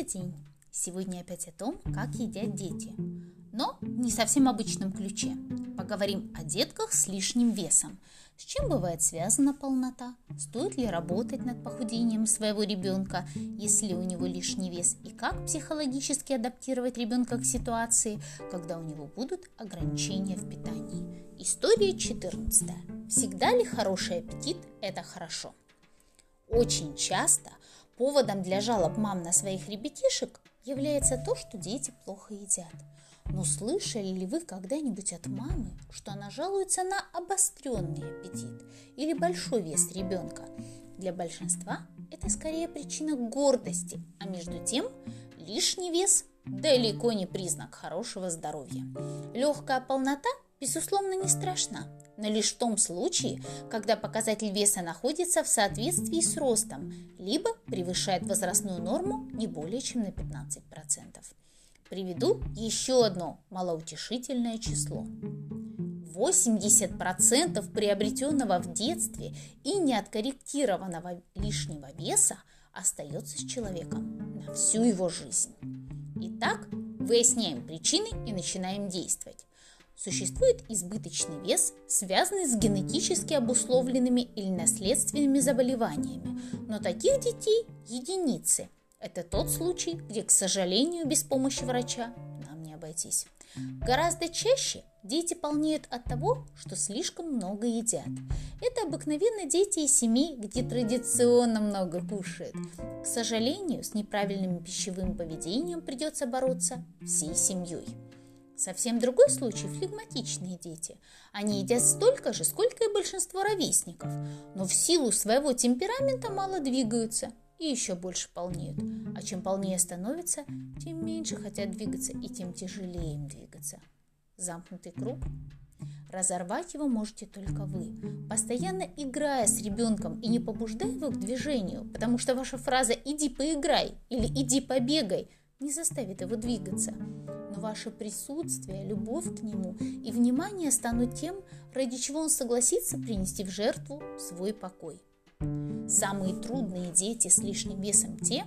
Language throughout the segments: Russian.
день! Сегодня опять о том, как едят дети. Но не совсем обычном ключе. Поговорим о детках с лишним весом. С чем бывает связана полнота? Стоит ли работать над похудением своего ребенка, если у него лишний вес? И как психологически адаптировать ребенка к ситуации, когда у него будут ограничения в питании? История 14. Всегда ли хороший аппетит – это хорошо? Очень часто поводом для жалоб мам на своих ребятишек является то, что дети плохо едят. Но слышали ли вы когда-нибудь от мамы, что она жалуется на обостренный аппетит или большой вес ребенка? Для большинства это скорее причина гордости, а между тем лишний вес далеко не признак хорошего здоровья. Легкая полнота, безусловно, не страшна, но лишь в том случае, когда показатель веса находится в соответствии с ростом, либо превышает возрастную норму не более чем на 15%. Приведу еще одно малоутешительное число. 80% приобретенного в детстве и неоткорректированного лишнего веса остается с человеком на всю его жизнь. Итак, выясняем причины и начинаем действовать. Существует избыточный вес, связанный с генетически обусловленными или наследственными заболеваниями, но таких детей единицы. Это тот случай, где, к сожалению, без помощи врача нам не обойтись. Гораздо чаще дети полнеют от того, что слишком много едят. Это обыкновенно дети из семей, где традиционно много кушают. К сожалению, с неправильным пищевым поведением придется бороться всей семьей. Совсем другой случай – флегматичные дети. Они едят столько же, сколько и большинство ровесников, но в силу своего темперамента мало двигаются и еще больше полнеют. А чем полнее становятся, тем меньше хотят двигаться и тем тяжелее им двигаться. Замкнутый круг. Разорвать его можете только вы, постоянно играя с ребенком и не побуждая его к движению, потому что ваша фраза «иди поиграй» или «иди побегай» не заставит его двигаться. Но ваше присутствие, любовь к нему и внимание станут тем, ради чего он согласится принести в жертву свой покой. Самые трудные дети с лишним весом те,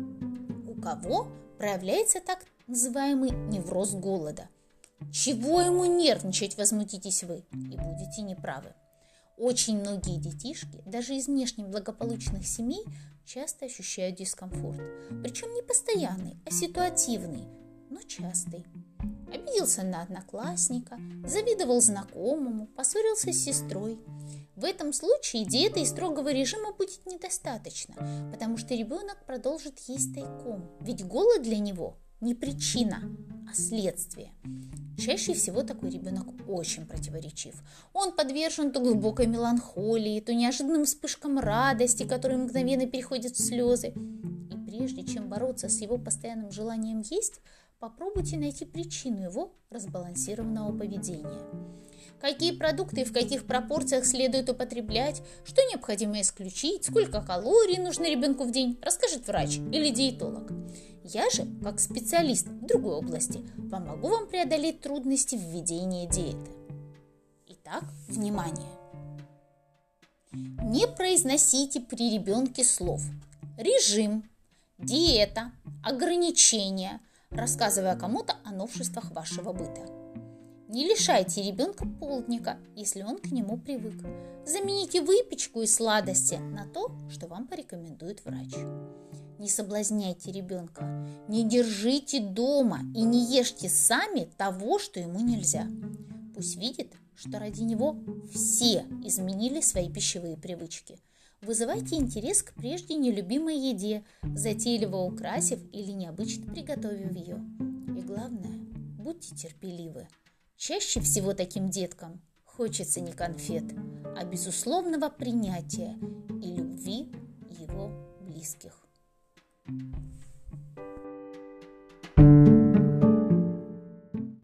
у кого проявляется так называемый невроз голода. Чего ему нервничать, возмутитесь вы, и будете неправы. Очень многие детишки, даже из внешне благополучных семей, часто ощущают дискомфорт. Причем не постоянный, а ситуативный, но частый. Обиделся на одноклассника, завидовал знакомому, поссорился с сестрой. В этом случае диеты и строгого режима будет недостаточно, потому что ребенок продолжит есть тайком, ведь голод для него не причина, а следствие. Чаще всего такой ребенок очень противоречив. Он подвержен то глубокой меланхолии, то неожиданным вспышкам радости, которые мгновенно переходят в слезы. И прежде чем бороться с его постоянным желанием есть, попробуйте найти причину его разбалансированного поведения. Какие продукты и в каких пропорциях следует употреблять, что необходимо исключить, сколько калорий нужно ребенку в день, расскажет врач или диетолог. Я же, как специалист в другой области, помогу вам преодолеть трудности введения диеты. Итак, внимание! Не произносите при ребенке слов «режим», «диета», «ограничения», рассказывая кому-то о новшествах вашего быта. Не лишайте ребенка полдника, если он к нему привык. Замените выпечку и сладости на то, что вам порекомендует врач. Не соблазняйте ребенка, не держите дома и не ешьте сами того, что ему нельзя. Пусть видит, что ради него все изменили свои пищевые привычки. Вызывайте интерес к прежде нелюбимой еде, затейливо украсив или необычно приготовив ее. И главное, будьте терпеливы. Чаще всего таким деткам хочется не конфет, а безусловного принятия и любви его близких.